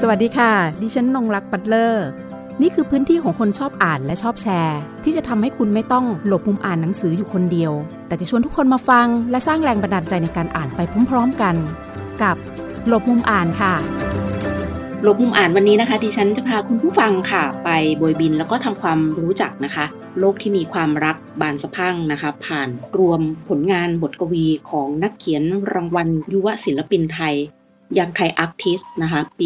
สวัสดีค่ะดิฉันนงรักปัตเลอร์นี่คือพื้นที่ของคนชอบอ่านและชอบแชร์ที่จะทำให้คุณไม่ต้องหลบมุมอ่านหนังสืออยู่คนเดียวแต่จะชวนทุกคนมาฟังและสร้างแรงบันดาลใจในการอ่านไปพร้อมๆกันกับหลบมุมอ่านค่ะหลบมุมอ่านวันนี้นะคะดิฉันจะพาคุณผู้ฟังค่ะไปโบยบินแล้วก็ทำความรู้จักนะคะโลกที่มีความรักบานสะพรั่งนะคะผ่านรวมผลงานบทกวีของนักเขียนรางวัลยุวศิลปินไทยยังไทยอาร์ติสต์นะคะปี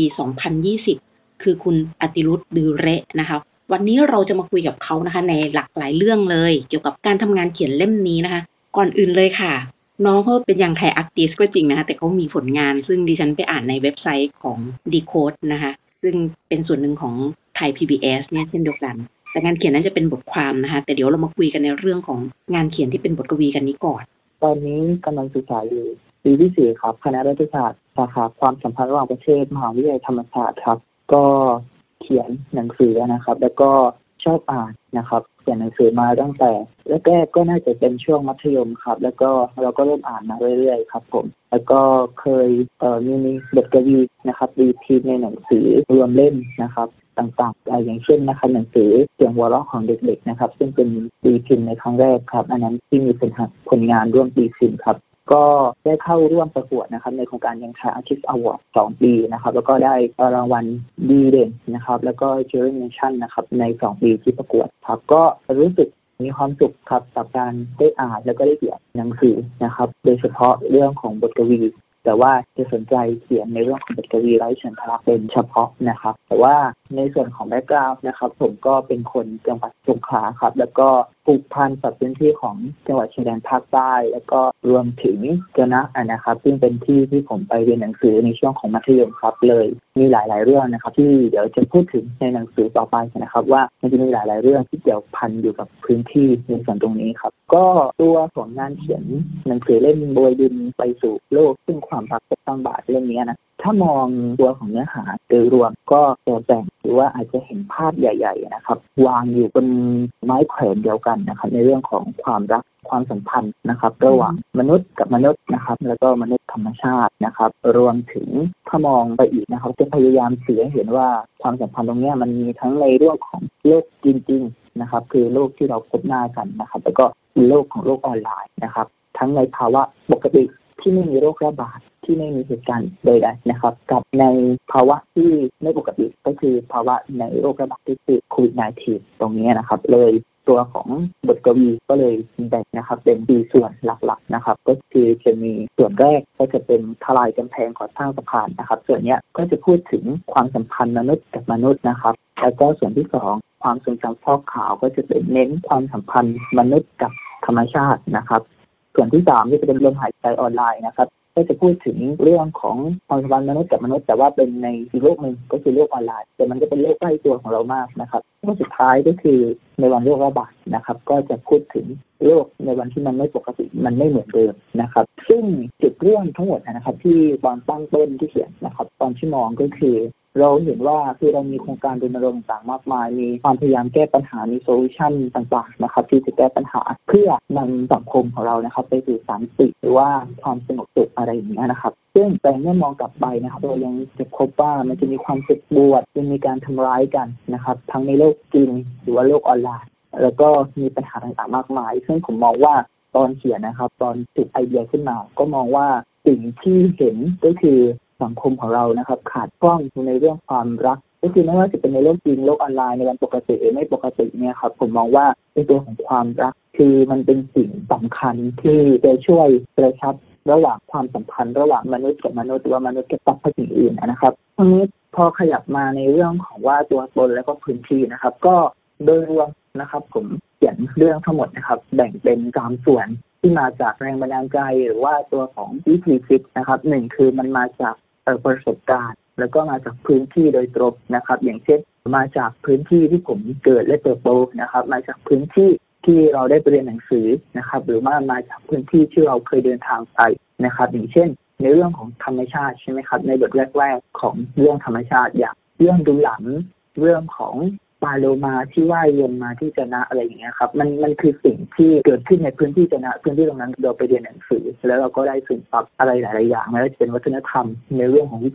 2020คือคุณอติรุธดือเระนะคะวันนี้เราจะมาคุยกับเขานะคะในหลากหลายเรื่องเลยเกี่ยวกับการทำงานเขียนเล่มนี้นะคะก่อนอื่นเลยค่ะน้องเขาเป็นยังไทยอาร์ติสต์ก็จริงนะคะแต่เขามีผลงานซึ่งดิฉันไปอ่านในเว็บไซต์ของ Decode นะคะซึ่งเป็นส่วนหนึ่งของไทย PBS เนี่ยเช่นเดียวกันแต่งานเขียนนั้นจะเป็นบทความนะคะแต่เดี๋ยวเรามาคุยกันในเรื่องของงานเขียนที่เป็นบทกวีกันนี้ก่อนตอนนี้กำลังศึกษาอยู่ปีที่ 4ครับคณะรัฐศาสตร์สาขาความสัมพันธ์ระหว่างประเทศมหาวิทยาลัยธรรมศาสตร์ครับก็เขียนหนังสือนะครับแล้วก็ชอบอ่านนะครับเขียนหนังสือมาตั้งแต่แรกๆก็น่าจะเป็นช่วงมัธยมครับแล้วก็เราก็เริ่มอ่านมาเรื่อยๆครับผมแล้วก็เคยมีบทกวีนะครับรีพีทในหนังสือรวมเล่มนะครับต่างๆอย่างเช่นนะครับหนังสือเสียงหัวเราะของเด็กๆนะครับซึ่งเป็นตีพิมพ์ในครั้งแรกครับอันนั้นที่มีผลงานร่วมตีพิมพ์ครับก็ได้เข้าร่วมประกวดนะครับในโครงการยังไทยอาร์ติสต์อวอร์ด2 ปีนะครับแล้วก็ได้รางวัลดีเด่นนะครับแล้วก็จูรี่เนชั่นนะครับใน2 ปีที่ประกวดครับก็รู้สึกมีความสุขครับกับการได้อ่านแล้วก็ได้เขียนหนังสือนะครับโดยเฉพาะเรื่องของบทกวีแต่ว่าจะสนใจเขียนในเรื่องของบทกวีไร้ฉันทะเป็นเฉพาะนะครับแต่ว่าในส่วนของแบ็คกราวด์นะครับผมก็เป็นคนจังหวัดสงขลาครับแล้วก็ผูกพันกับพื้นที่ของจังหวัดชายแดนภาคใต้แล้วก็รวมถึงกาญจนะนะครับซึ่งเป็นที่ที่ผมไปเรียนหนังสือในช่วงของมัธยมครับเลยมีหลายๆเรื่องนะครับที่เดี๋ยวจะพูดถึงในหนังสือต่อไปนะครับว่ามันจะมีหลายๆเรื่องที่เกี่ยวพันอยู่กับพื้นที่ในส่วนตรงนี้ครับก็ตัวของงานเขียนหนังสือเล่มโบยบินไปสู่โลกซึ่งความรักจะตั้งบาทเรื่องนี้นะถ้ามองตัวของเนื้อหาโดยรวมก็จะแบ่งหรือว่าอาจจะเห็นภาพใหญ่ๆนะครับวางอยู่บนไม้แขวนเดียวกันนะครับในเรื่องของความรักความสัมพันธ์นะครับระหว่างมนุษย์กับมนุษย์นะครับแล้วก็มนุษย์ธรรมชาตินะครับรวมถึงถ้ามองไปอีกนะครับจะพยายามสื่อให้เห็นว่าความสัมพันธ์ตรงนี้มันมีทั้งในเรื่องของโลกจริงๆนะครับคือโลกที่เราพบหน้ากันนะครับแล้วก็โลกของโลกออนไลน์นะครับทั้งในภาวะปกติที่ไม่มีโรคระบาดที่ไม่มีเหตุการณ์ใดๆนะครับกับในภาวะที่ไม่ปกติก็คือภาวะในโรคระบาดที่คือโควิด -19 ตรงนี้นะครับเลยตัวของบทกวีก็เลยแบ่งนะครับเป็น4 ส่วนหลักๆนะครับก็คือจะมีส่วนแรกก็จะเป็นทลายกำแพงก่อสร้างสะพานนะครับส่วนนี้ก็จะพูดถึงความสัมพันธ์มนุษย์กับมนุษย์นะครับแล้วก็ส่วนที่2ความทรงจำฟอกขาวก็จะเป็นเน้นความสัมพันธ์มนุษย์กับธรรมชาตินะครับส่วนที่3ก็จะเป็นลมหายใจออนไลน์นะครับก็จะพูดถึงเรื่องของความสัมพันธ์มนุษย์กับมนุษย์แต่ว่าเป็นในอีกโลกนึงก็คือโลกออนไลน์แต่มันก็เป็นโลกใกล้ตัวของเรามากนะครับข้อสุดท้ายก็คือในวันโรคระบาดนะครับก็จะพูดถึงโลกในวันที่มันไม่ปกติมันไม่เหมือนเดิมนะครับซึ่งจุดเรื่องทั้งหมดนะครับที่ตอนตั้งต้นที่เขียนนะครับตอนที่มองก็คือเราเห็นว่าคือเรามีโครงการรณรงค์ต่างมากมายมีความพยายามแก้ปัญหามีโซลูชันต่างๆนะครับที่จะแก้ปัญหาเพื่อนำสังคมของเรานะครับไปสู่สันติหรือว่าความสงบสุขอะไรอย่างเงี้ยนะครับซึ่งแต่เมื่อมองกลับไปนะครับเรายังจะพบว่ามันจะมีความเจ็บปวดจะมีการทำร้ายกันนะครับทั้งในโลกจริงหรือว่าโลกออนไลน์แล้วก็มีปัญหาต่างๆมากมายซึ่งผมมองว่าตอนเขียนนะครับตอนติดไอเดียขึ้นมาก็มองว่าสิ่งที่เห็นก็คือสังคมของเรานะครับขาดกล้องในเรื่องความรักก็คือไม่ว่าจะเป็นในโลกจริงโลกออนไลน์ในวันปกติหรือไม่ปกติเนี่ยครับผมมองว่าเป็นตัวของความรักคือมันเป็นสิ่งสำคัญที่จะช่วยกระชับระหว่างความสัมพันธ์ระหว่างมนุษย์กับมนุษย์หรือว่ามนุษย์กับสรรพสิ่งอื่นนะครับทีนี้พอขยับมาในเรื่องของว่าตัวตนและก็พื้นที่นะครับก็โดยรวมนะครับผมเขียนเรื่องทั้งหมดนะครับแบ่งเป็น3 ส่วนที่มาจากแรงบันดาลใจหรือว่าตัวของวิธีคิดนะครับ1คือมันมาจากประสบการณ์แล้วก็มาจากพื้นที่โดยตรงนะครับอย่างเช่นมาจากพื้นที่ที่ผมเกิดและเติบโตนะครับมาจากพื้นที่ที่เราได้ไปเรียนหนังสือนะครับหรือว่ามาจากพื้นที่ที่เราเคยเดินทางไปนะครับอย่างเช่นในเรื่องของธรรมชาติใช่ไหมครับในบทแรกๆของเรื่องธรรมชาติอย่างเรื่องดูหลังเรื่องของปลาโลมาที่ว่ายวนมาที่จะนะอะไรอย่างเงี้ยครับมันคือสิ่งที่เกิดขึ้นในพื้นที่จะนะพื้นที่ตรงนั้นเราไปเรียนหนังสือแล้วเราก็ได้ซึมซับอะไรหลายๆอย่างไม่ว่าจะเป็นวัฒนธรรมในเรื่องของวิธี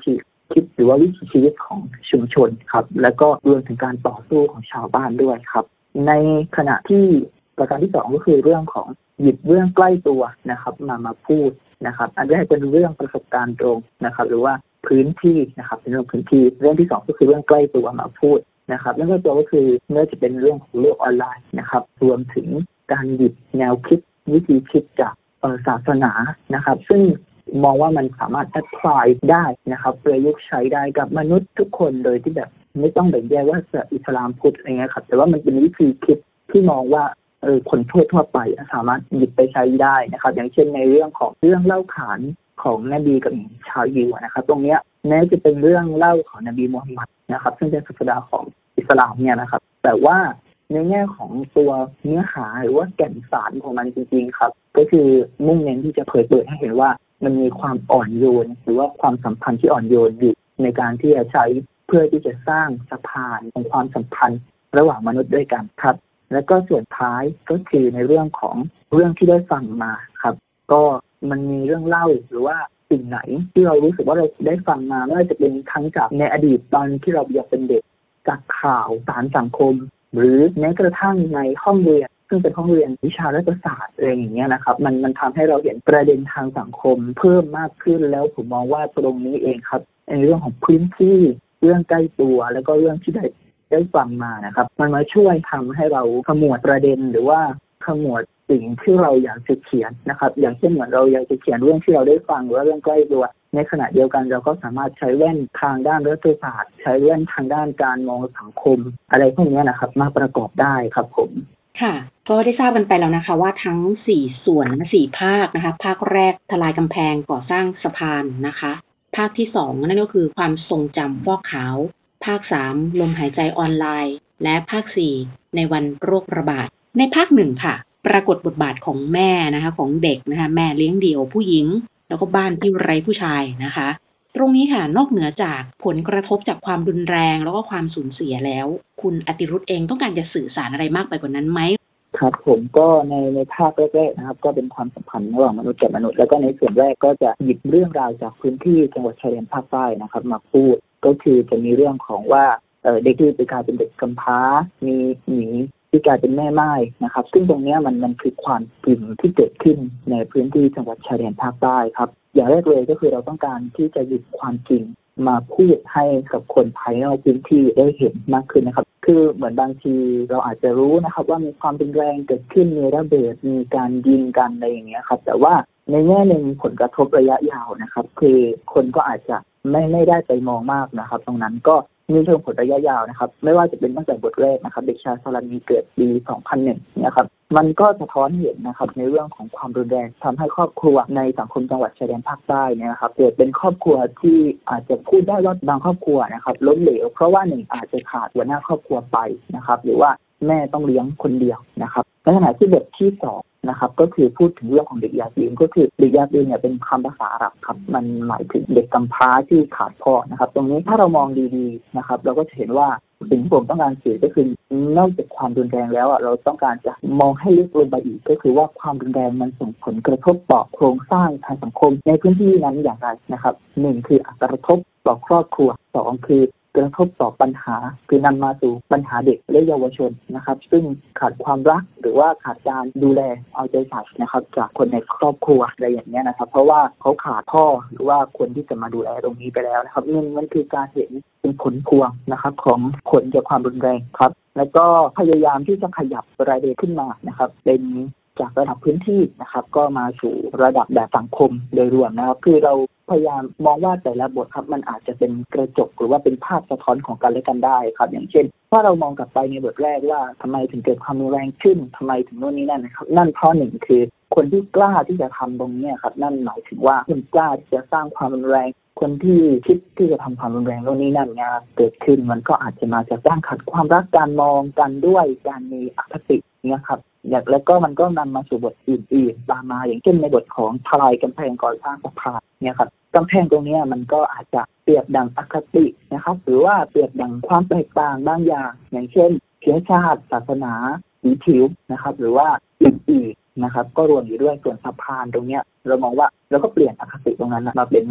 คิดหรือว่าวิถีชีวิตของชุมชนครับแล้วก็รวมถึงการต่อสู้ของชาวบ้านด้วยครับในขณะที่ประการที่2ก็คือเรื่องของหยิบเรื่องใกล้ตัวนะครับมาพูดนะครับอันแรกเป็นเรื่องประสบการณ์ตรงนะครับหรือว่าพื้นที่นะครับเป็นเรื่องพื้นที่เรื่องที่2ก็คือเรื่องใกล้ตัวมาพูดนะครับเรื่องใกล้ตัวก็คือเมื่อจะเป็นเรื่องของโลกออนไลน์นะครับรวมถึงการหยิบแนวคิดวิธีคิดจากศาสนานะครับซึ่งมองว่ามันสามารถแอพพลายได้นะครับประยุกต์ใช้ได้กับมนุษย์ทุกคนโดยที่แบบไม่ต้องแบ่งแยกว่าจะอิสลามพุทธอะไรเงี้ยครับแต่ว่ามันเป็นวิธีคิดที่มองว่าคนทั่วไปสามารถหยิบไปใช้ได้นะครับอย่างเช่นในเรื่องของเรื่องเล่าขานของนบีกับชาวยิวนะครับตรงเนี้ยแม้จะเป็นเรื่องเล่าของนบีมูฮัมมัดนะครับซึ่งเป็นศาสดาของอิสลามเนี่ยนะครับแต่ว่าในแง่ของตัวเนื้อหาหรือว่าแก่นสารของมันจริงๆครับก็คือมุ่งเน้นที่จะเผยให้เห็นว่ามันมีความอ่อนโยนหรือว่าความสัมพันธ์ที่อ่อนโยนอยู่ในการที่จะใช้เพื่อที่จะสร้างสะพานของความสัมพันธ์ระหว่างมนุษย์ด้วยกันครับแล้วก็ส่วนท้ายก็คือในเรื่องของเรื่องที่ได้ฟังมาครับก็มันมีเรื่องเล่าหรือว่าสิ่งไหนที่เรารู้สึกว่าเราได้ฟังมาไม่ว่าจะเป็นทั้งจากในอดีตตอนที่เรายังเป็นเด็กจากข่าวสารสังคมหรือแม้กระทั่งในห้องเรียนซึ่งเป็นห้องเรียนวิชารัฐศาสตร์อะไรอย่างเงี้ยนะครับมันทำให้เราเห็นประเด็นทางสังคมเพิ่มมากขึ้นแล้วผมมองว่าตรงนี้เองครับในเรื่องของพื้นที่เรื่องใกล้ตัวแล้วก็เรื่องที่ได้ฟังมานะครับมันมาช่วยทำให้เราขมวดประเด็นหรือว่าขมวดสิ่งที่เราอยากจะเขียนนะครับอย่างเช่นเหมือนเราอยากจะเขียนเรื่องที่เราได้ฟังหรือว่าเรื่องใกล้ตัวในขณะเดียวกันเราก็สามารถใช้แว่นทางด้านรัฐศาสตร์ใช้แว่นทางด้านการมองสังคมอะไรพวกนี้นะครับมาประกอบได้ครับผมค่ะก็ได้ทราบกันไปแล้วนะคะว่าทั้ง4ส่วน4ภาคนะคะภาคแรกทลายกำแพงก่อสร้างสะพานนะคะภาคที่2นั่นก็คือความทรงจำฟอกขาวภาค3ลมหายใจออนไลน์และภาค4ในวันโรคระบาดในภาค1ค่ะปรากฏบทบาทของแม่นะคะของเด็กนะคะแม่เลี้ยงเดี่ยวผู้หญิงแล้วก็บ้านที่ไร้ผู้ชายนะคะตรงนี้ค่ะนอกเหนือจากผลกระทบจากความรุนแรงแล้วก็ความสูญเสียแล้วคุณอติรุธเองต้องการจะสื่อสารอะไรมากไปกว่านั้นไหมครับผมก็ในภาคแรกๆนะครับก็เป็นความสัมพันธ์ระหว่างมนุษย์กับมนุษย์แล้วก็ในส่วนแรกก็จะหยิบเรื่องราวจากพื้นที่จังหวัดชายแดนภาคใต้นะครับมาพูดก็คือจะมีเรื่องของว่าเด็กที่ไปกลายเป็นเด็กกำพร้ามีหญิงที่กลายเป็นแม่ไม้นะครับซึ่งตรงนี้มันคือความจริงที่เกิดขึ้นในพื้นที่จังหวัดชายแดนภาคใต้ครับอย่างแรกเลยก็คือเราต้องการที่จะหยิบความจริงมาพูดให้กับคนภายนอกพื้นที่ได้เห็นมากขึ้นนะครับคือเหมือนบางทีเราอาจจะรู้นะครับว่ามีความรุนแรงเกิดขึ้นมีระเบิดมีการยิงกันอะไรอย่างเงี้ยครับแต่ว่าในแง่หนึ่งผลกระทบระยะยาวนะครับคือคนก็อาจจะไม่ได้ไปมองมากนะครับตรงนั้นก็มีเชิงผลระยะยาวนะครับไม่ว่าจะเป็นตั้งแต่บทแรกนะครับเด็กชายสรัญมีเกิดปี 2001 นะครับมันก็สะท้อนเห็นนะครับในเรื่องของความรุนแรงทำให้ครอบครัวในสังคมจังหวัดชายแดนภาคใต้เนี่ยนะครับเกิดเป็นครอบครัวที่อาจจะพูดได้ว่าบางครอบครัวนะครับล้มเหลวเพราะว่าหนึ่งอาจจะขาดหัวหน้าครอบครัวไปนะครับหรือว่าแม่ต้องเลี้ยงคนเดียวนะครับในขณะที่บทที่2นะครับก็คือพูดถึงเรื่องของเด็กยาตีมก็คือเด็กยาตีมเนี่ยเป็นคำภาษาอาหรับครับมันหมายถึงเด็กกำพร้าที่ขาดพ่อนะครับตรงนี้ถ้าเรามองดีๆนะครับเราก็จะเห็นว่าสิ่งที่ผมต้องการสื่อก็คือนอกจากความรุนแรงแล้วเราต้องการจะมองให้ลึกลงไปอีกก็คือว่าความรุนแรงมันส่งผลกระทบต่อโครงสร้างทางสังคมในพื้นที่นั้นอย่างไรนะครับ1คือกระทบต่อครอบครัว2คือกระทบต่อปัญหาคือนำมาสู่ปัญหาเด็กและเยาวชนนะครับซึ่งขาดความรักหรือว่าขาดการดูแลเอาใจใส่นะครับจากคนในครอบครัวอะไรอย่างเงี้ยนะครับเพราะว่าเขาขาดพ่อหรือว่าคนที่จะมาดูแลตรงนี้ไปแล้วนะครับมันคือการเห็นเป็นผลพวงนะครับของผลจากความรุนแรงครับแล้วก็พยายามที่จะขยับรายละเอียดขึ้นมานะครับเป็นจากระดับพื้นที่นะครับก็มาสู่ระดับแบบสังคมโดยรวมนะครับคือเราพยายามมองว่าแต่ละบทครับมันอาจจะเป็นกระจกหรือว่าเป็นภาพสะท้อนของกันและกันได้ครับอย่างเช่นถ้าเรามองกลับไปในบทแรกว่าทำไมถึงเกิดความรุนแรงขึ้นทำไมถึงโน่นนี่นั่นนะครับนั่นเพราะหนึ่งคือคนที่กล้าที่จะทำตรงนี้ครับนั่นหมายถึงว่าคนกล้าที่จะสร้างความรุนแรงคนที่คิดที่จะทำความรุนแรงโน่นนี่นั่นเนี่ยเกิดขึ้นมันก็อาจจะมาจากการขาดความรักการมองกันด้วยการมีอคติเนี่ยครับแล้วก็มันก็นำมาสู่บทอื่นๆตามมาอย่างเช่นในบทของทลายกำแพงก่อสร้างสะพานเนี่ยครับกำแพงตรงนี้มันก็อาจจะเปรียบดังอคตินะครับหรือว่าเปรียบดังความแตกต่างบางอย่างอย่างเช่นเชื้อชาติศาสนาสีผิวนะครับหรือว่าอื่นๆนะครับก็รวมอยู่ด้วยส่วนสะพานตรงนี้เรามองว่าเราก็เปลี่ยนอคติตรงนั้นมาเป็นเรื่องของ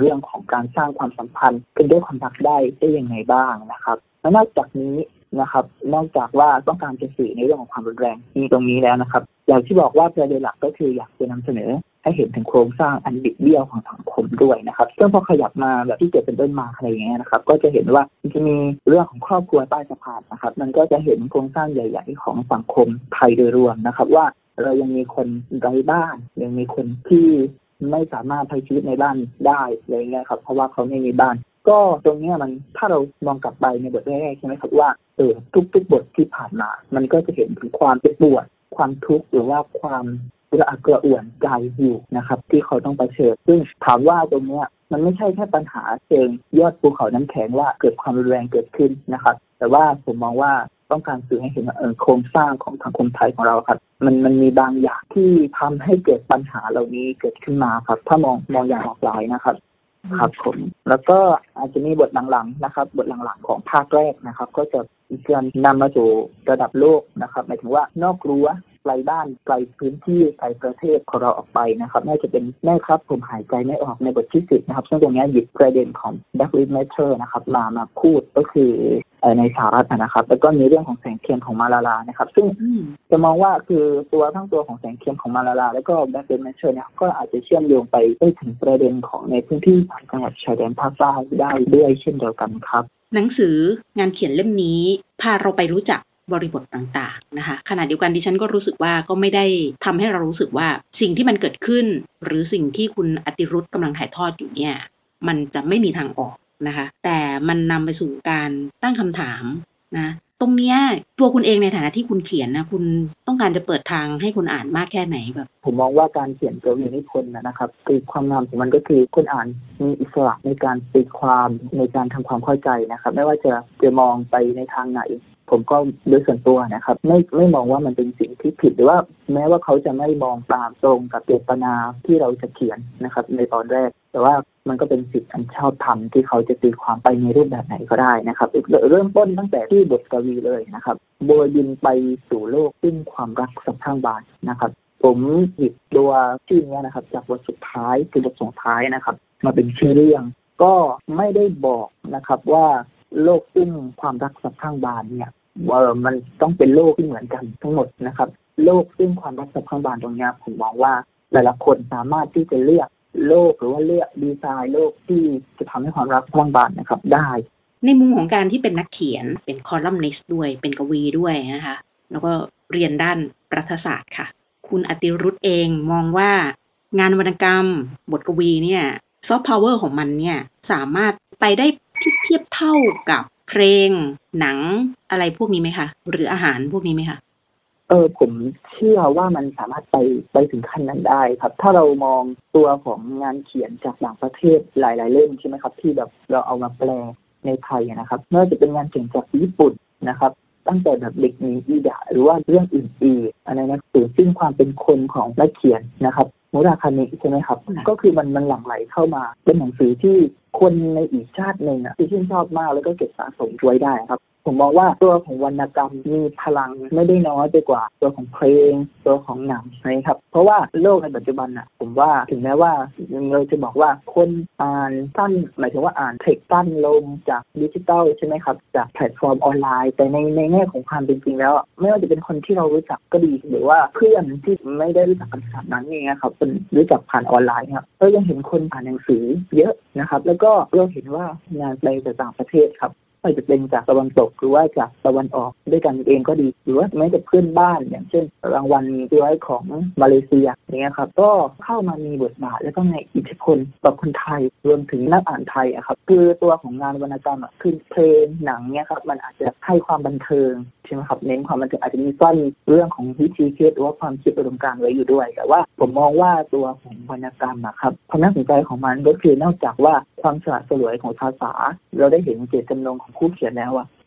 การสร้างความสัมพันธ์กันด้วยความรักได้ยังไงบ้างนะครับและนอกจากนี้นะครับนอกจากว่าต้องการจะสื่อในเรื่องของความรุนแรงมีตรงนี้แล้วนะครับอย่างที่บอกว่าประเด็นหลักก็คืออยากจะนำเสนอให้เห็นถึงโครงสร้างอันบิดเบี้ยวของสังคมด้วยนะครับซึ่งพอขยับมาแบบที่เกิดเป็นต้นมาอะไรอย่างเงี้ยนะครับก็จะเห็นว่ามันจะมีเรื่องของครอบครัวใต้สะพานนะครับมันก็จะเห็นโครงสร้างใหญ่ๆของสังคมไทยโดยรวมนะครับว่าเรายังมีคนไร้บ้านยังมีคนที่ไม่สามารถใช้ชีวิตในบ้านได้อะไรเงี้ยครับเพราะว่าเขาไม่มีบ้านก็ตรงนี้มันถ้าเรามองกลับไปในบทแรกใช่ไหมครับว่าทุกบทที่ผ่านมามันก็จะเห็นถึงความเจ็บปวดความทุกข์หรือว่าความกระอักกระอ่วนใจอยู่นะครับที่เขาต้องเผชิญซึ่งถามว่าตรงนี้มันไม่ใช่แค่ปัญหาเชิงยอดภูเขาน้ำแข็งว่าเกิดความรุนแรงเกิดขึ้นนะครับแต่ว่าผมมองว่าต้องการสื่อให้เห็นว่าโครงสร้างของสังคมไทยของเราครับมันมีบางอย่างที่ทำให้เกิดปัญหาเหล่านี้เกิดขึ้นมาครับถ้ามองอย่างหลากหลายนะครับครับผมแล้วก็อาจจะมีบทหลังๆนะครับบทหลังๆของภาคแรกนะครับก็จะนำมาสู่ระดับโลกนะครับหมายถึงว่านอกรั้วไกลบ้านไกลพื้นที่ไกลประเทศของเราออกไปนะครับน่าจะเป็นแม่ครับผมหายใจไม่ออกในบทที่10นะครับซึ่งตรงนี้หยิบประเด็นของ Black Lives Matter นะครับมาพูดก็คือในสหรัฐนะครับแล้วก็มีเรื่องของแสงเทียนของมาลาลานะครับซึ่งจะมองว่าคือทั้งตัวของแสงเทียนของมาลาลาแล้วก็ Black Lives Matter เนี่ยก็อาจจะเชื่อมโยงไปได้ถึงประเด็นของในพื้นที่จังหวัดชายแดนภาคใต้ได้ด้วยเช่นเดียวกันครับหนังสืองานเขียนเล่มนี้พาเราไปรู้จักบริบทต่างๆนะคะขณะเดียวกันดิฉันก็รู้สึกว่าก็ไม่ได้ทำให้เรารู้สึกว่าสิ่งที่มันเกิดขึ้นหรือสิ่งที่คุณอติรุธกำลังถ่ายทอดอยู่เนี่ยมันจะไม่มีทางออกนะคะแต่มันนำไปสู่การตั้งคำถามนะตรงเนี้ยตัวคุณเองในฐานะที่คุณเขียนนะคุณต้องการจะเปิดทางให้คนอ่านมากแค่ไหนแบบผมมองว่าการเขียนกวีนิพนธ์นะครับคือความงามของมันก็คือคนอ่านมีอิสระในการตีความในการทำความเข้าใจนะครับไม่ว่าจะมองไปในทางไหนผมก็โดยส่วนตัวนะครับไม่มองว่ามันเป็นสิ่งที่ผิดหรือว่าแม้ว่าเขาจะไม่มองตามตรงกับเจตนาที่เราจะเขียนนะครับในตอนแรกแต่ว่ามันก็เป็นสิทธิอันชอบธรรมที่เขาจะตีความไปในรูปแบบไหนก็ได้นะครับเริ่มต้นตั้งแต่ที่บทกวีเลยนะครับโบยบินไปสู่โลกซึ่งความรักสะพรั่งบานนะครับผมหยิบตัวชื่อนี้นะครับจากบทสุดท้ายคือบทส่งท้ายนะครับมาเป็นชื่อเรื่องก็ไม่ได้บอกนะครับว่าโลกซึ่งความรักสะพรั่งบานเนี่ยมันต้องเป็นโลกที่เหมือนกันทั้งหมดนะครับโลกซึ่งความรักสะพรั่งบานตรงนี้ผมมองว่าแต่ละคนสามารถที่จะเลือกโลกหรือว่าเลือกดีไซน์โลกที่จะทำให้ความรักสะพรั่งบานนะครับได้ในมุมของการที่เป็นนักเขียนเป็นคอลัมนิสต์ด้วยเป็นกวีด้วยนะคะแล้วก็เรียนด้านรัฐศาสตร์ค่ะคุณอติรุธเองมองว่างานวรรณกรรมบทกวีเนี่ยซอฟต์พาวเวอร์ของมันเนี่ยสามารถไปได้เทียบเท่ากับเพลงหนังอะไรพวกนี้ไหมคะหรืออาหารพวกนี้ไหมคะผมเชื่อว่ามันสามารถไปถึงขั้นนั้นได้ครับถ้าเรามองตัวของงานเขียนจากต่างประเทศหลายๆเล่มใช่ไหมครับที่แบบเราเอามาแปลในไทยนะครับไม่ว่าจะเป็นงานเขียนจากญี่ปุ่นนะครับตั้งแต่แบบเด็กมีอีดะหรือว่าเรื่องอื่นๆอะไรนะสื่อซึ่งความเป็นคนของนักเขียนนะครับมุราคามิใช่ไหมครับก็คือมันหลั่งไหลเข้ามาเป็นหนังสือที่คนในอีกชาติหนึ่งที่ชื่นชอบมากแล้วก็เก็บสะสมไว้ได้ครับผมมองว่าตัวของวรรณกรรมมีพลังไม่ได้น้อยไปกว่าตัวของเพลงตัวของหนังนะครับเพราะว่าโลกในปัจจุบันผมว่าถึงแม้ว่าเราจะบอกว่าคนอ่านสั้นหมายถึงว่าอ่านเทคสั้นลงจากดิจิตอลใช่ไหมครับจากแพลตฟอร์มออนไลน์แต่ในแง่ของความเป็นจริงแล้วไม่ว่าจะเป็นคนที่เรารู้จักก็ดีหรือว่าเพื่อนที่ไม่ได้รู้จักกันขนาดนั้นนี่ครับเป็นรู้จักผ่านออนไลน์ครับเรายังเห็นคนอ่านหนังสือเยอะนะครับแล้วก็เราเห็นว่างานแปลจากต่างประเทศครับไม่จะเป็นจากตะวันตกหรือว่าจากตะวันออกด้วยกันเองก็ดีหรือว่าแม้แต่เพื่อนบ้านอย่างเช่นรางวัลด้วยของมาเลเซียอย่างเงี้ยครับก็เข้ามามีบทบาทแล้วก็ในอิทธิพลต่อคนไทยรวมถึงนักอ่านไทยครับคือตัวของงานวรรณกรรมคือเพลงหนังเนี่ยครับมันอาจจะให้ความบันเทิงใช่ไหมครับเน้นความบันเทิงอาจจะมีซ่อนเรื่องของวิธีคิดหรือว่าความคิดอุดมการณ์ไว้อยู่ด้วยแต่ว่าผมมองว่าตัวของวรรณกรรมครับความน่าสนใจของมันก็คือนอกจากว่าความสละสลวยของภาษาเราได้เห็นเจตจำนงของผู้เขียนแล้ว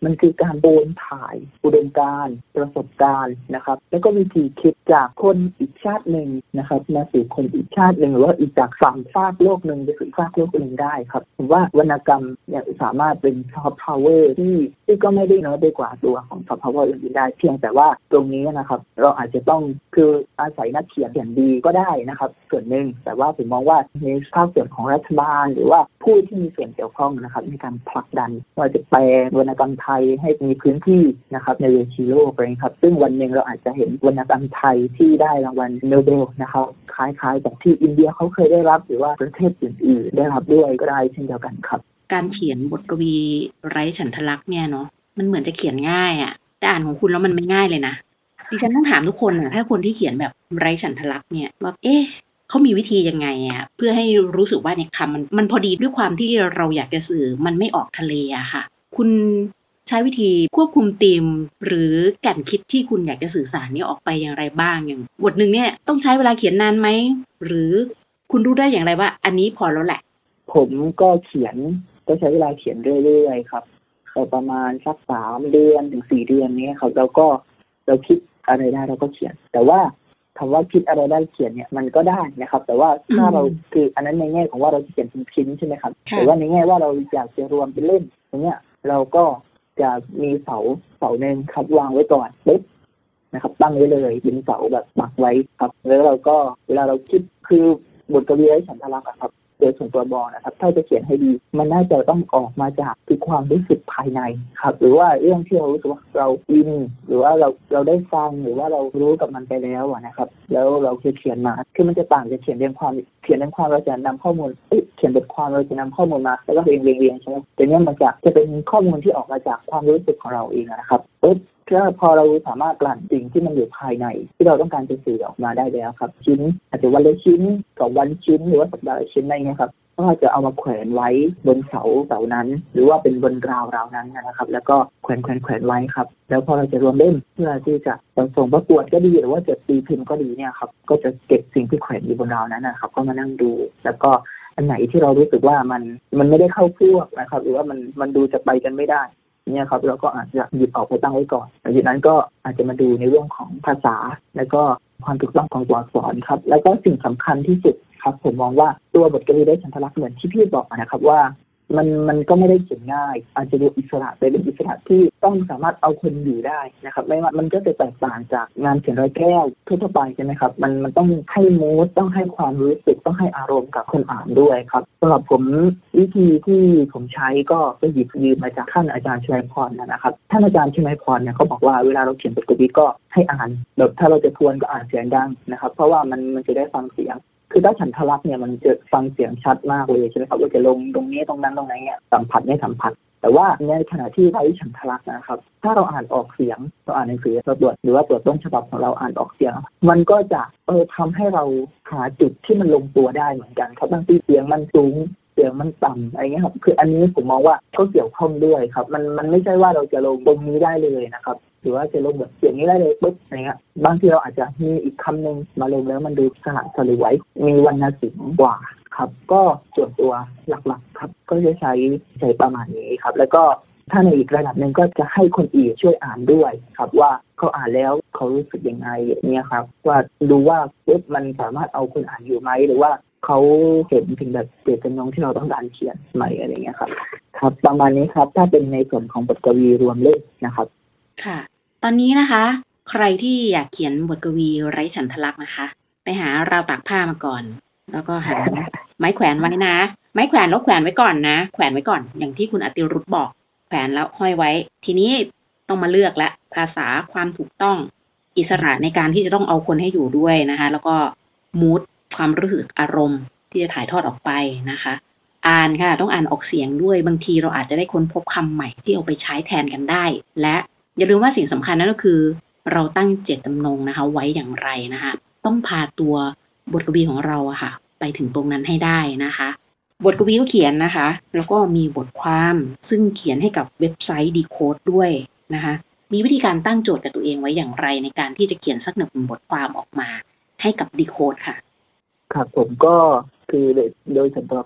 มันคือการโอนถ่ายอุดมการณ์ประสบการณ์นะครับแล้วก็วิธีคิดจากคนอีกชาติหนึ่งนะครับมาสู่คนอีกชาติหนึ่งหรือว่าอีกจากฝั่งฟากโลกหนึ่งไปสู่ฟากโลกหนึ่งได้ครับผมว่าวรรณกรรมเนี่ยสามารถเป็นซอฟต์พาวเวอร์ที่ก็ไม่ได้น้อยไปกว่าตัวของซอฟต์พาวเวอร์อื่นๆได้เพียงแต่ว่าตรงนี้นะครับเราอาจจะต้องคืออาศัยนักเขียนดีก็ได้นะครับส่วนหนึ่งแต่ว่าผมมองว่าในภาคส่วนของรัฐบาลหรือว่าผู้ที่มีส่วนเกี่ยวข้องนะครับในการผลักดันว่าจะแปลวรรณกรรมไทยให้มีพื้นที่นะครับในเวทีโลกไปครับซึ่งวันหนึ่งเราอาจจะเห็นวรรณกรรมไทยที่ได้รางวัลโนเบลนะครับคล้ายๆกับที่อินเดียเขาเคยได้รับหรือว่าประเทศอื่นๆได้รับด้วยก็ได้เช่นเดียวกันครับการเขียนบทกวีไร้ฉันทลักษณ์เนี่ยเนาะมันเหมือนจะเขียนง่ายอะแต่อ่านของคุณแล้วมันไม่ง่ายเลยนะดิฉันต้องถามทุกคนนะถ้าคนที่เขียนแบบไร้ฉันทลักษณ์เนี่ยว่าเขามีวิธียังไงอะเพื่อให้รู้สึกว่าเนี่ยคำมันพอดีด้วยความที่เราอยากจะสื่อมันไม่ออกทะเลอะค่ะคุณใช้วิธีควบคุมธีมหรือแก่นคิดที่คุณอยากจะสื่อสารนี้ออกไปอย่างไรบ้างอย่างบทหนึ่งเนี่ยต้องใช้เวลาเขียนนานไหมหรือคุณรู้ได้อย่างไรว่าอันนี้พอแล้วแหละผมก็ใช้เวลาเขียนเรื่อยๆครับประมาณสัก3 เดือนถึง4 เดือนนี้ครับเราคิดอะไรได้เราก็เขียนแต่ว่าคำว่าคิดอะไรได้เขียนเนี่ยมันก็ได้นะครับแต่ว่าถ้าเราคืออันนั้นในแง่ของว่าเราจะเขียนเป็นชิ้นใช่ไหมครับแต่ว่าในแง่ว่าเราอยากจะรวมเป็นเล่มอย่างเงี้ยเราก็จะมีเสานึงครับวางไว้ก่อนปุ๊บนะครับตั้งไว้เลยเป็นเสาแบบปักไว้ครับแล้วเราก็เวลาเราคิดคือบทกวีไร้ฉันทลักษณ์ครับโดยส่วนตัวบอกนะครับถ้าจะเขียนให้ดีมันน่าจะต้องออกมาจากคือความรู้สึกภายในครับหรือว่าเรื่องที่เรารู้สึกว่าเราอินหรือว่าเราได้ฟังหรือว่าเรารู้กับมันไปแล้วนะครับแล้วเราเขียนมาคือมันจะต่างจากเขียนเรียงความเราจะนำข้อมูลเขียนบทความเราจะนำข้อมูลมาแล้วก็เรียงใช่ไหมแต่เนี้ยมันจะเป็นข้อมูลที่ออกมาจากความรู้สึกของเราเองนะครับถ้าพอเราสามารถกลั่นสิ่งที่มันอยู่ภายในที่เราต้องการจะสื่อออกมาได้แล้วครับชิ้นอาจจะวันละชิ้น2 วันชิ้นหรือว่าสัปดาห์ละชิ้นอะไรเงี้ยครับก็จะเอามาแขวนไว้บนเสานั้นหรือว่าเป็นบนราวนั้นนะครับแล้วก็แขวนไว้ครับแล้วพอเราจะรวมเล่มเพื่อที่จะส่งประกวดก็ดีหรือว่าจะตีพิมพ์ก็ดีเนี่ยครับก็จะเก็บสิ่งที่แขวนอยู่บนราวนั้นนะครับก็มานั่งดูแล้วก็อันไหนที่เรารู้สึกว่ามันไม่ได้เข้าพวกนะครับหรือว่ามันดูจะไปกันไม่ได้เนี่ยครับเราก็อาจจะหยิบออกไปตั้งไว้ก่อนหลังจากนั้นก็อาจจะมาดูในเรื่องของภาษาแล้วก็ความถูกต้องของตัวอักษรครับแล้วก็สิ่งสำคัญที่สุดครับผมมองว่าตัวบทกวีไร้ฉันทลักษณ์เหมือนที่พี่บอกนะครับว่ามันก็ไม่ได้เขียนง่ายอาจจะดูอิสระแต่เป็นอิสระที่ต้องสามารถเอาคนอยู่ได้นะครับไม่ว่ามันก็จะแตกต่างจากงานเขียนร้อยแก้วทั่วไปใช่ไหมครับมันต้องให้มูดต้องให้ความรู้สึกต้องให้อารมณ์กับคนอ่านด้วยครับสำหรับผมวิธีที่ผมใช้ก็หยิบยืมมาจากท่านอาจารย์ชลัยพรนะครับท่านอาจารย์ชลัยพรเนี่ยเขาบอกว่าเวลาเราเขียนบทกวีก็ให้อ่านแบบถ้าเราจะทวนก็อ่านเสียงดังนะครับเพราะว่ามันจะได้ฟังเสียงคือถ้าฉันทลักษณ์เนี่ยมันจะฟังเสียงชัดมากเลยใช่ไหมครับว่าจะลงตรงนี้ตรงนั้นตรงไหนเนี่ยสัมผัสไม่สัมผัสแต่ว่าในขณะที่ไร้ฉันทลักษณ์นะครับถ้าเราอ่านออกเสียงเราอ่านหนังสือเราตรวจหรือว่าตรวจต้นฉบับของเราอ่านออกเสียงมันก็จะทำให้เราหาจุดที่มันลงตัวได้เหมือนกันครับบางทีเสียงมันสูงเสียงมันต่ำอะไรเงี้ยครับคืออันนี้ผมมองว่าก็เกี่ยวข้องด้วยครับมันไม่ใช่ว่าเราจะลงตรงนี้ได้เลยนะครับหรือว่าจะลงแบบเสียงนี้ได้เลยปุ๊บอะไรเงี้ยบางทีเราอาจจะมีอีกคำหนึ่งมาลงแล้วมันดูสละสลวยมีวรรณศิลป์กว่าครับก็ส่วนตัวหลักๆครับก็จะใช้ประมาณนี้ครับแล้วก็ถ้าในอีกระดับหนึ่งก็จะให้คนอื่นช่วยอ่านด้วยครับว่าเขาอ่านแล้วเขารู้สึกยังไงเนี่ยครับว่าดูว่าปุ๊บมันสามารถเอาคนอ่านอยู่ไหมหรือว่าเขาเห็นถึงแบบเจตจำนงที่เราต้องการเขียนใหม่อะไรเงี้ยครับครับประมาณนี้ครับถ้าเป็นในส่วนของบทกวีรวมเล่มนะครับค่ะตอนนี้นะคะใครที่อยากเขียนบทกวีไร้ฉันทลักษณ์นะคะไปหาราวตากผ้ามาก่อนแล้วก็หาไม้แขวนไว้นะไม้แขวนแล้วแขวนไว้ก่อนนะแขวนไว้ก่อนอย่างที่คุณอติรุธบอกแขวนแล้วห้อยไว้ทีนี้ต้องมาเลือกและภาษาความถูกต้องอิสระในการที่จะต้องเอาคนให้อยู่ด้วยนะคะแล้วก็มูดความรู้สึกอารมณ์ที่จะถ่ายทอดออกไปนะคะอ่านค่ะต้องอ่านออกเสียงด้วยบางทีเราอาจจะได้ค้นพบคำใหม่ที่เอาไปใช้แทนกันได้และอย่าลืมว่าสิ่งสำคัญนั่นก็คือเราตั้งเจตจำนงนะคะไว้อย่างไรนะคะต้องพาตัวบทกวีของเราอะค่ะไปถึงตรงนั้นให้ได้นะคะบทกวีก็เขียนนะคะแล้วก็มีบทความซึ่งเขียนให้กับเว็บไซต์ Decode ด้วยนะคะมีวิธีการตั้งโจทย์กับตัวเองไว้อย่างไรในการที่จะเขียนสักหนึ่งบทความออกมาให้กับ Decode ค่ะครับผมก็คือโดยส่วนตัวก็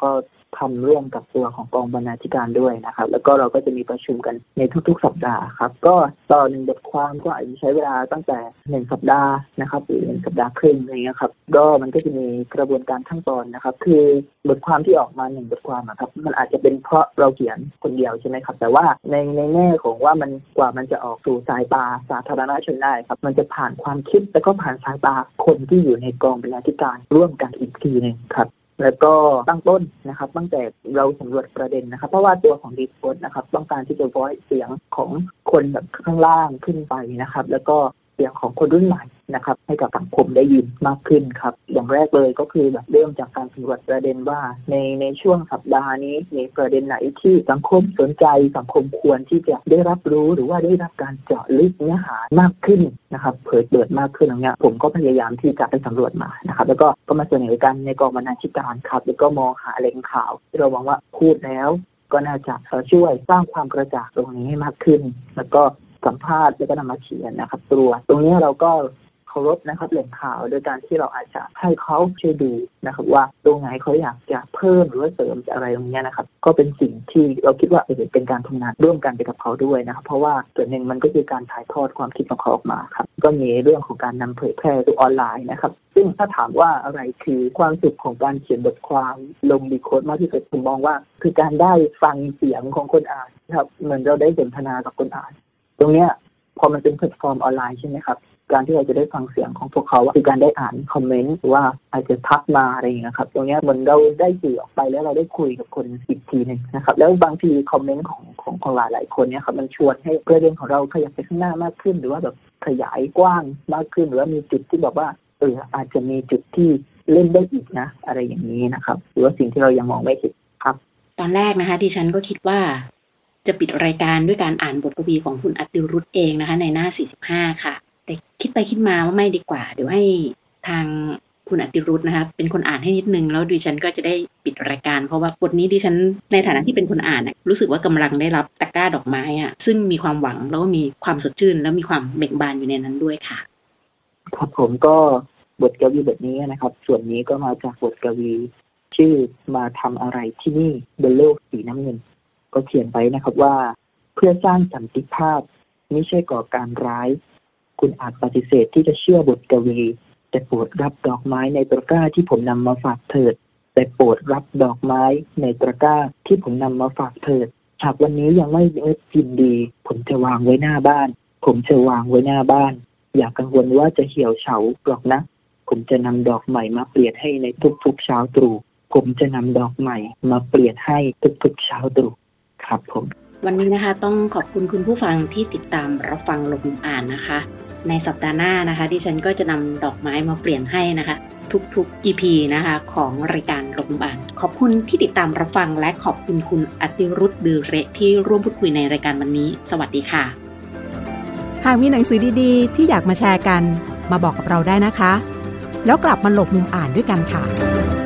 ทำร่วมกับตัวของกองบรรณาธิการด้วยนะครับแล้วก็เราก็จะมีประชุมกันในทุกๆสัปดาห์ครับก็ต่อ1บทความก็อาจจะใช้เวลาตั้งแต่1สัปดาห์นะครับหรือ1สัปดาห์ครึ่งอะไรเงี้ยครับก็มันก็จะมีกระบวนการขั้นตอนนะครับคือบทความที่ออกมา1บทความครับมันอาจจะเป็นเพราะเราเขียนคนเดียวใช่ไหมครับแต่ว่าในแง่ของว่ามันกว่ามันจะออกสู่สายตาสาธารณชนได้ครับมันจะผ่านความคิดแล้วก็ผ่านสายตาคนที่อยู่ในกองบรรณาธิการร่วมกันอีกทีนึงครับแล้วก็ตั้งต้นนะครับตั้งแต่เราสำรวจประเด็นนะครับเพราะว่าตัวของดีโพสต์นะครับต้องการที่จะ voice เสียงของคนแบบข้างล่างขึ้นไปนะครับแล้วก็เสียงของคนรุ่นใหม่นะครับให้กับสังคมได้ยินมากขึ้นครับอย่างแรกเลยก็คือแบบเริ่มจากการสำรวจประเด็นว่าในช่วงสัปดาห์นี้มีประเด็นไหนที่สังคมสนใจสังคมควรที่จะได้รับรู้หรือว่าได้รับการเจาะลึกเนื้อหามากขึ้นนะครับเผยเปิดมากขึ้นอย่างเงี้ยผมก็พยายามที่จะไปสำรวจมานะครับแล้วก็มาเสนอกันในกองบรรณาธิการครับแล้วก็มองหาแหล่งข่าวที่เราหวังว่าพูดแล้วก็น่าจะช่วยสร้างความกระจ่างตรงนี้ให้มากขึ้นแล้วก็สัมภาษณ์แล้วก็นำมาเขียนนะครับตรงนี้เราก็เคารพนะครับแหล่งข่าวโดยการที่เราอาจจะให้เขาช่วยดูนะครับว่าตรงไหนเขาอยากจะเพิ่มหรือว่าเสริมอะไรตรงนี้นะครับก็เป็นสิ่งที่เราคิดว่าเป็นการทำงานร่วมกันไปกับเขาด้วยนะครับเพราะว่าส่วนหนึ่งมันก็คือการถ่ายทอดความคิดของเขาออกมาครับก็มีเรื่องของการนำเผยแพร่สู่ออนไลน์นะครับซึ่งถ้าถามว่าอะไรคือความสุขของการเขียนบทความลงดีโค้ดมากที่สุดผมมองว่าคือการได้ฟังเสียงของคนอ่านครับเหมือนเราได้สนทนากับคนอ่านตรงเนี้ยพอมันเป็นแพลตฟอร์มออนไลน์ใช่ไหมครับการที่เราจะได้ฟังเสียงของพวกเขาคือการได้อ่านคอมเมนต์หรือว่าอาจจะทักมาอะไรอย่างเงี้ยครับตรงเนี้ยเหมือนเราได้สื่อออกไปแล้วเราได้คุยกับคนอีกทีนึงนะครับแล้วบางทีคอมเมนต์ของหลายคนเนี่ยครับมันชวนให้ประเด็นของเราขยับไปข้างหน้ามากขึ้นหรือว่าแบบขยายกว้างมากขึ้นหรือว่ามีจุดที่แบบว่าอาจจะมีจุดที่เล่นได้อีกนะอะไรอย่างนี้นะครับหรือว่าสิ่งที่เรายังมองไม่เห็นครับตอนแรกนะคะดิฉันก็คิดว่าจะปิดรายการด้วยการอ่านบทกวีของคุณอติรุธเองนะคะในหน้า45ค่ะแต่คิดไปคิดมาว่าไม่ดีกว่าเดี๋ยวให้ทางคุณอติรุธนะคะเป็นคนอ่านให้นิดนึงแล้วดิฉันก็จะได้ปิดรายการเพราะว่าบทนี้ดิฉันในฐานะที่เป็นคนอ่านรู้สึกว่ากำลังได้รับตะกร้าดอกไม้ซึ่งมีความหวังแล้วก็มีความสดชื่นแล้วมีความเบ่งบานอยู่ในนั้นด้วยค่ะครับผมก็บทกวีบทนี้นะครับส่วนนี้ก็มาจากบทกวีชื่อมาทำอะไรที่นี่บนโลกสีน้ำเงินก็เขียนไว้นะครับว่าเพื่อสร้างสันติภาพไม่ใช่ก่อการร้ายคุณอาจปฏิเสธที่จะเชื่อบทกวีแต่โปรดรับดอกไม้ในตะกร้าที่ผมนำมาฝากเถิดแต่โปรดรับดอกไม้ในตะกร้าที่ผมนำมาฝากเถิดหากวันนี้ยังไม่ยินดีผมจะวางไว้หน้าบ้านผมจะวางไว้หน้าบ้านอย่ากังวลว่าจะเหี่ยวเฉาหรอกนะผมจะนำดอกใหม่มาเปลี่ยนให้ในทุกๆเช้าตรู่ผมจะนำดอกใหม่มาเปลี่ยนให้ทุกๆเช้าตรู่ครับผมวันนี้นะคะต้องขอบคุณคุณผู้ฟังที่ติดตามรับฟังลงมุมอ่านนะคะในสัปดาห์หน้านะคะดิฉันก็จะนำดอกไม้มาเปลี่ยนให้นะคะทุกๆ EP นะคะของรายการลงมุมอ่านขอบคุณที่ติดตามรับฟังและขอบคุณคุณอติรุธบือเระที่ร่วมพูดคุยในรายการวันนี้สวัสดีค่ะหากมีหนังสือดีๆที่อยากมาแชร์กันมาบอกกับเราได้นะคะแล้วกลับมาหลบมุมอ่านด้วยกันค่ะ